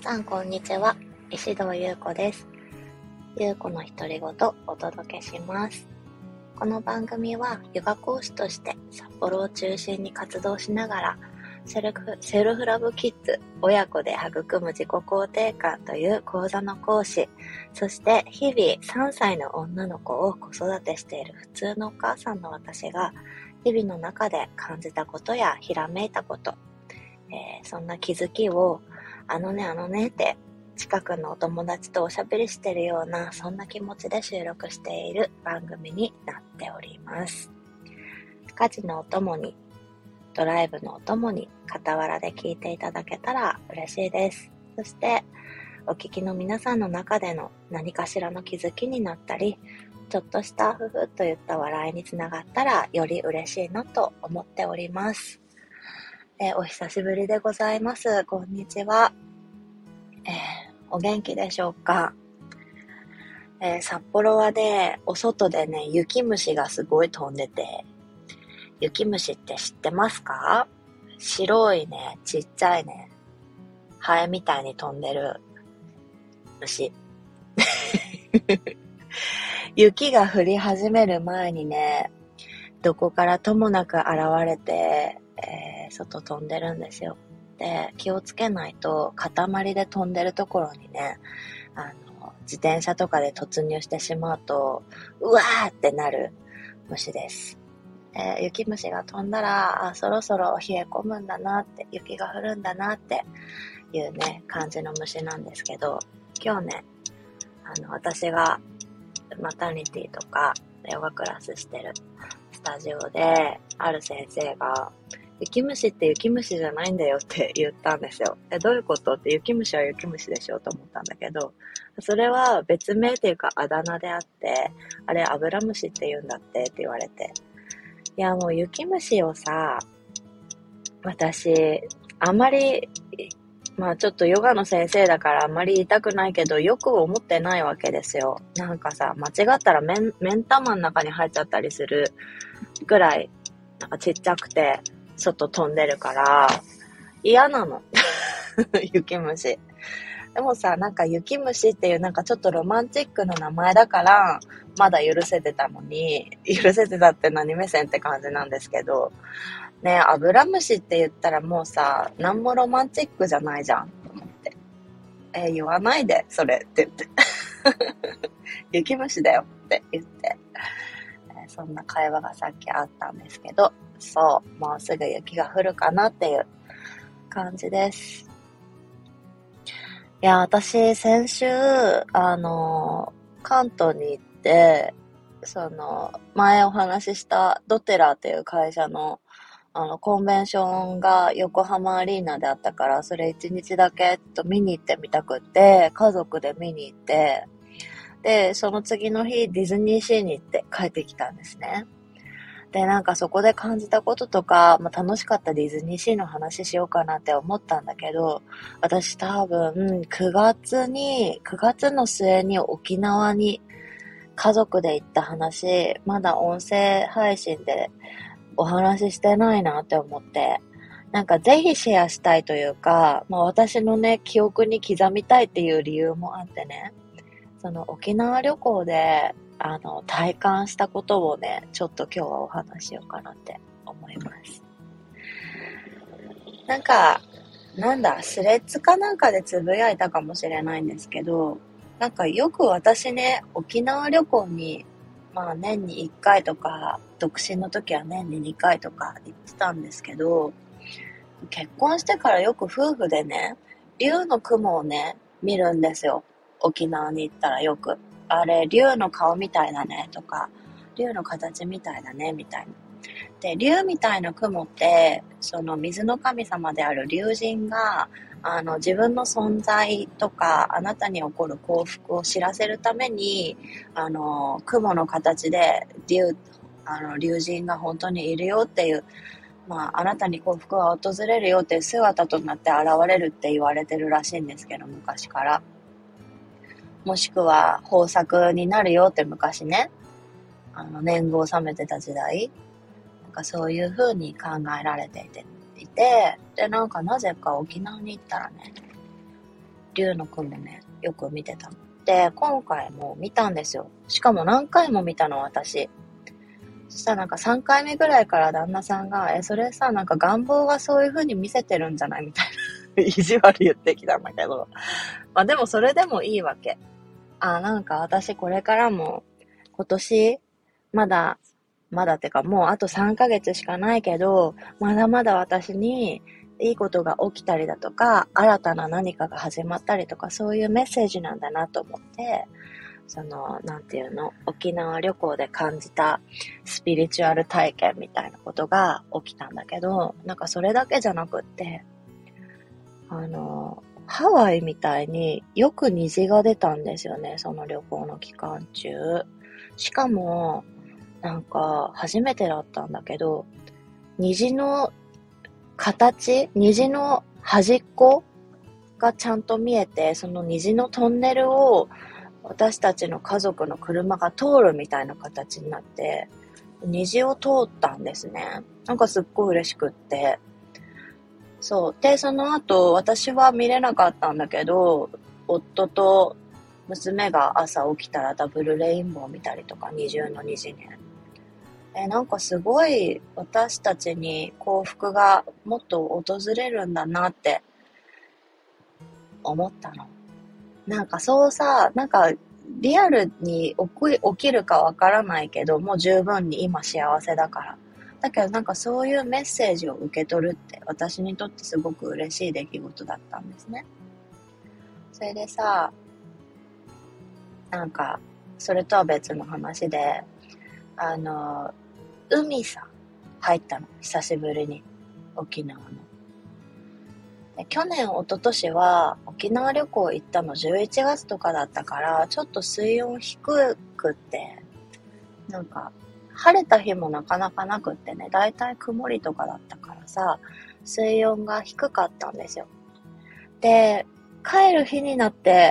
さんこんにちは、石堂優子です。優子の独り言お届けします。この番組はヨガ講師として札幌を中心に活動しながらセルフラブキッズ親子で育む自己肯定感という講座の講師、そして日々3歳の女の子を子育てしている普通のお母さんの私が日々の中で感じたことやひらめいたこと、そんな気づきをあのねって近くのお友達とおしゃべりしてるようなそんな気持ちで収録している番組になっております。家事のお供にドライブのお供に傍らで聞いていただけたら嬉しいです。そしてお聞きの皆さんの中での何かしらの気づきになったり、ちょっとしたふふといった笑いにつながったらより嬉しいなと思っております。お久しぶりでございます。こんにちは。お元気でしょうか。札幌はね、お外でね、雪虫がすごい飛んでて、雪虫って知ってますか？白いね、ちっちゃいね、ハエみたいに飛んでる虫。雪が降り始める前にね、どこからともなく現れて、外飛んでるんですよ。で、気をつけないと塊で飛んでるところにね、自転車とかで突入してしまうとうわーってなる虫です。雪虫が飛んだらそろそろ冷え込むんだなって、雪が降るんだなっていうね感じの虫なんですけど、今日ね私がマタニティとかヨガクラスしてるスタジオである先生が雪虫って雪虫じゃないんだよって言ったんですよ。どういうことって、雪虫は雪虫でしょと思ったんだけど、それは別名っていうかあだ名であって、あれアブラムシって言うんだって言われて、いやもう雪虫をさ、私あまりちょっとヨガの先生だからあんまり言いたくないけど、よく思ってないわけですよ。なんかさ、間違ったら目ん玉の中に入っちゃったりするぐらいなんかちっちゃくて外飛んでるから嫌なの雪虫。でもさ、なんか雪虫っていうなんかちょっとロマンチックな名前だからまだ許せてたのに、許せてたって何目線って感じなんですけどね。アブラムシって言ったらもうさ、なんもロマンチックじゃないじゃんと思って、言わないでそれって言って雪虫だよって言って、そんな会話がさっきあったんですけど、そう、もうすぐ雪が降るかなっていう感じです。いや、私先週関東に行って、前お話ししたドテラっていう会社のコンベンションが横浜アリーナであったから、それ1日だけ見に行ってみたくって、家族で見に行って、でその次の日ディズニーシーに行って帰ってきたんですね。でなんかそこで感じたこととか、楽しかったディズニーシーの話しようかなって思ったんだけど、私多分9月の末に沖縄に家族で行った話、まだ音声配信でお話ししてないなって思って、なんかぜひシェアしたいというか、私のね記憶に刻みたいっていう理由もあってね、その沖縄旅行で体感したことをね、ちょっと今日はお話しようかなって思います。スレッズかなんかでつぶやいたかもしれないんですけど、なんかよく私ね、沖縄旅行に年に1回とか、独身の時は年に2回とか行ってたんですけど、結婚してからよく夫婦でね、竜の雲をね見るんですよ。沖縄に行ったらよく、あれ竜の顔みたいだねとか、竜の形みたいだねみたいな。で竜みたいな雲って、その水の神様である竜神が自分の存在とかあなたに起こる幸福を知らせるために雲の形で竜神が本当にいるよっていう、あなたに幸福が訪れるよっていう姿となって現れるって言われてるらしいんですけど、昔から。もしくは豊作になるよって昔ね、年貢を納めてた時代、なんかそういう風に考えられていて、でなぜか沖縄に行ったらね、 龍の雲ね、よく見てたの。で、今回も見たんですよ。しかも何回も見たの、私。そしたらなんか3回目ぐらいから旦那さんが、それさ、なんか願望がそういう風に見せてるんじゃないみたいな意地悪言ってきたんだけど。まあでもそれでもいいわけ。なんか私これからも今年、まだってかもうあと3ヶ月しかないけど、まだまだ私にいいことが起きたりだとか、新たな何かが始まったりとか、そういうメッセージなんだなと思って、なんていうの、沖縄旅行で感じたスピリチュアル体験みたいなことが起きたんだけど、なんかそれだけじゃなくって、ハワイみたいによく虹が出たんですよね、その旅行の期間中。しかも、なんか初めてだったんだけど、虹の虹の端っこがちゃんと見えて、その虹のトンネルを私たちの家族の車が通るみたいな形になって、虹を通ったんですね。なんかすっごい嬉しくって。そう。で、その後、私は見れなかったんだけど、夫と娘が朝起きたらダブルレインボー見たりとか、二重の虹ね。なんかすごい私たちに幸福がもっと訪れるんだなって思ったの。なんかそうさ、なんかリアルに起きるかわからないけど、もう十分に今幸せだから。だけどなんかそういうメッセージを受け取るって私にとってすごく嬉しい出来事だったんですね。それでさ、なんかそれとは別の話で、海さ、入ったの。久しぶりに。沖縄の。で去年、一昨年は沖縄旅行行ったの11月とかだったから、ちょっと水温低くって、なんか、晴れた日もなかなかなくってね、だいたい曇りとかだったからさ、水温が低かったんですよ。で、帰る日になって、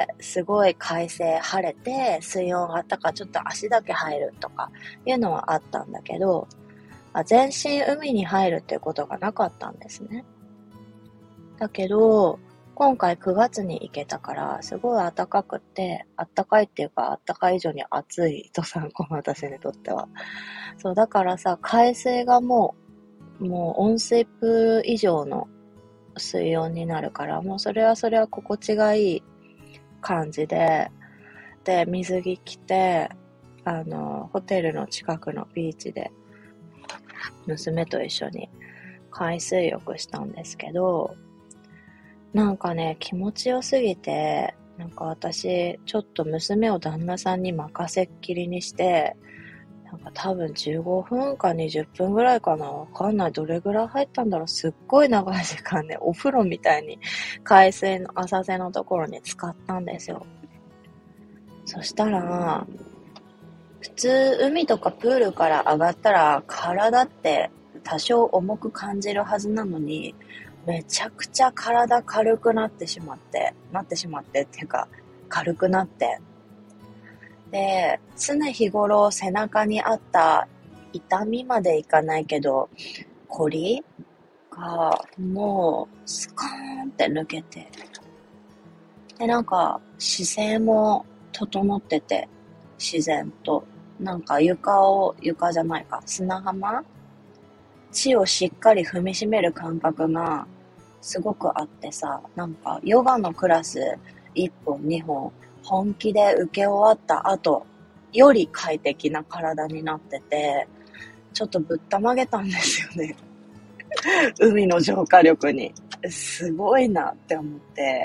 すごい快晴晴れて、水温上がったからちょっと足だけ入るとかいうのはあったんだけど、全身海に入るっていうことがなかったんですね。だけど、今回9月に行けたから、すごい暖かくて、暖かいっていうか、暖かい以上に暑いとさ、この私にとっては。そう、だからさ、海水がもう温水プール以上の水温になるから、もうそれは心地がいい感じで、で、水着着て、ホテルの近くのビーチで、娘と一緒に海水浴したんですけど、なんかね、気持ちよすぎて、なんか私、ちょっと娘を旦那さんに任せっきりにして、なんか多分15分か20分ぐらいかな、わかんない。どれぐらい入ったんだろう。すっごい長い時間ね、お風呂みたいに海水の浅瀬のところに使ったんですよ。そしたら、普通海とかプールから上がったら体って多少重く感じるはずなのに、めちゃくちゃ体軽くなってしまってっていうか、軽くなって。で、常日頃背中にあった痛みまでいかないけど、凝りがもうスカーンって抜けて。で、なんか姿勢も整ってて、自然と。なんか床じゃないか、砂浜地をしっかり踏みしめる感覚がすごくあってさ、なんかヨガのクラス1本2本本気で受け終わった後より快適な体になってて、ちょっとぶったまげたんですよね。海の浄化力に。すごいなって思って、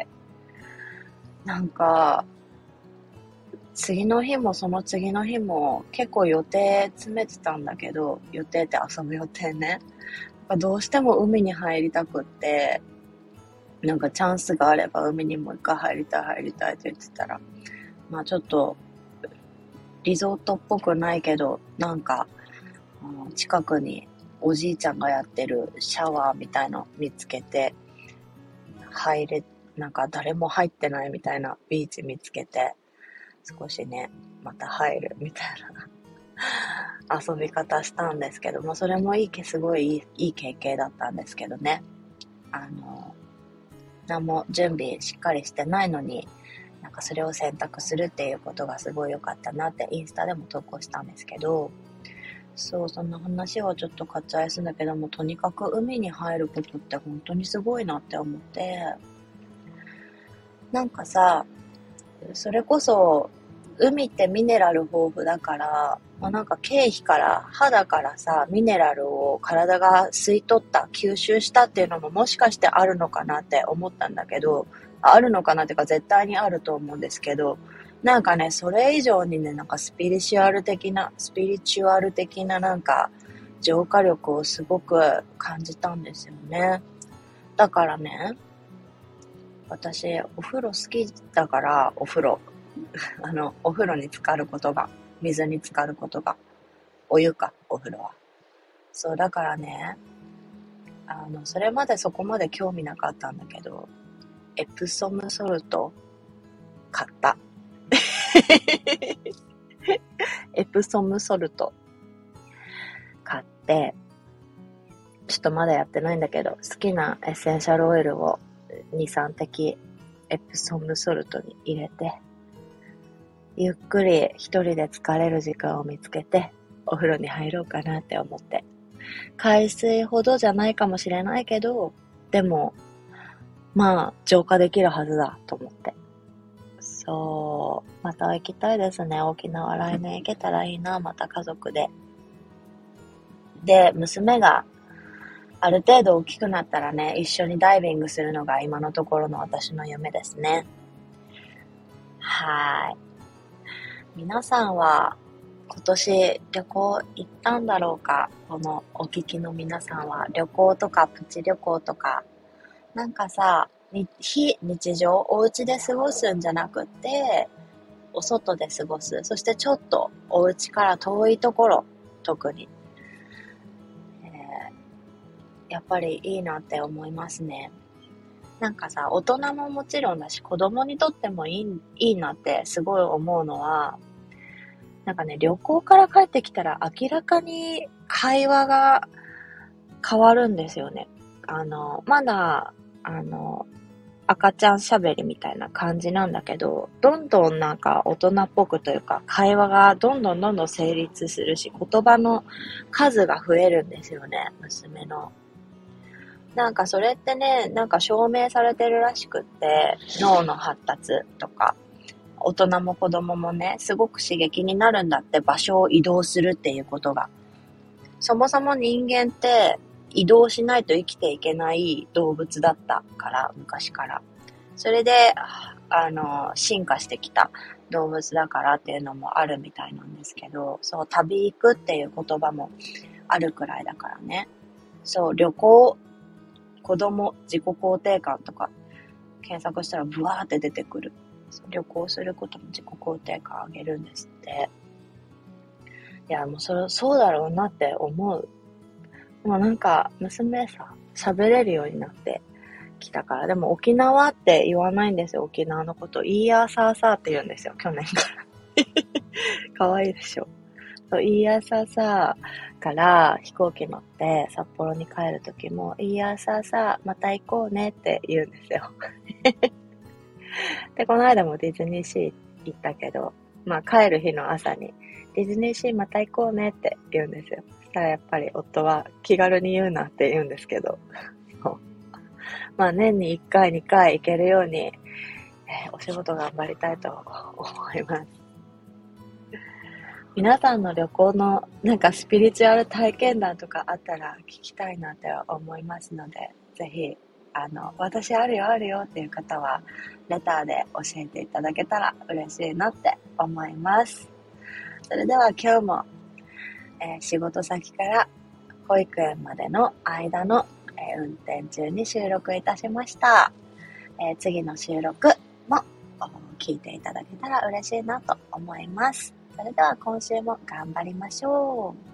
なんか次の日もその次の日も結構予定詰めてたんだけど、予定って遊ぶ予定ね。どうしても海に入りたくって、なんかチャンスがあれば海にもう一回入りたいって言ってたら、まあちょっとリゾートっぽくないけど、なんか近くにおじいちゃんがやってるシャワーみたいの見つけて、なんか誰も入ってないみたいなビーチ見つけて、少しね、また入るみたいな遊び方したんですけども、それもすごいいい経験だったんですけどね。 何も準備しっかりしてないのに、なんかそれを選択するっていうことがすごい良かったなってインスタでも投稿したんですけど、そう、そんな話はちょっと割愛するんだけども、とにかく海に入ることって本当にすごいなって思って、なんかさ、それこそ海ってミネラル豊富だから、なんか経費から肌からさ、ミネラルを体が吸い取った吸収したっていうのももしかしてあるのかなって思ったんだけど、あるのかなっていうか絶対にあると思うんですけど、なんかね、それ以上にね、なんかスピリチュアル的ななんか浄化力をすごく感じたんですよね。だからね、私お風呂好きだから、お風呂お風呂に浸かることが、水に浸かることが、お湯か、お風呂は。そう、だからね、それまでそこまで興味なかったんだけど、エプソムソルト買った。エプソムソルト買って、ちょっとまだやってないんだけど、好きなエッセンシャルオイルを2、3滴エプソムソルトに入れて、ゆっくり一人で疲れる時間を見つけてお風呂に入ろうかなって思って、海水ほどじゃないかもしれないけど、でもまあ浄化できるはずだと思って、そうまた行きたいですね。沖縄来年行けたらいいな、また家族で。で、娘がある程度大きくなったらね、一緒にダイビングするのが今のところの私の夢ですね。はい。皆さんは今年旅行行ったんだろうか。このお聞きの皆さんは旅行とかプチ旅行とか、なんかさ、非日常、お家で過ごすんじゃなくて、お外で過ごす。そしてちょっとお家から遠いところ、特に、やっぱりいいなって思いますね。なんかさ、大人ももちろんだし、子供にとってもいいなってすごい思うのは、なんかね、旅行から帰ってきたら明らかに会話が変わるんですよね。まだ、赤ちゃん喋りみたいな感じなんだけど、どんどんなんか大人っぽくというか、会話がどんどん成立するし、言葉の数が増えるんですよね、娘の。なんかそれってね、なんか証明されてるらしくって、脳の発達とか、大人も子供もね、すごく刺激になるんだって、場所を移動するっていうことが。そもそも人間って移動しないと生きていけない動物だったから、昔から。それで、進化してきた動物だからっていうのもあるみたいなんですけど、そう、旅行くっていう言葉もあるくらいだからね。そう、旅行、子供、自己肯定感とか検索したらブワーって出てくる。旅行することも自己肯定感上げるんですって。いや、もうそうだろうなって思う。もうなんか、娘さ、喋れるようになってきたから。でも沖縄って言わないんですよ。沖縄のこと。いやさーさーって言うんですよ。去年から。かわいいでしょ。いやさーさーから飛行機乗って札幌に帰るときも、いやさーさーまた行こうねって言うんですよ。で、この間もディズニーシー行ったけど、まあ帰る日の朝に、ディズニーシーまた行こうねって言うんですよ。そしたらやっぱり夫は気軽に言うなって言うんですけど、まあ年に1回2回行けるように、お仕事頑張りたいと思います。皆さんの旅行のなんかスピリチュアル体験談とかあったら聞きたいなって思いますので、ぜひ私あるよっていう方はレターで教えていただけたら嬉しいなって思います。それでは今日も、仕事先から保育園までの間の、運転中に収録いたしました。次の収録も聞いていただけたら嬉しいなと思います。それでは今週も頑張りましょう。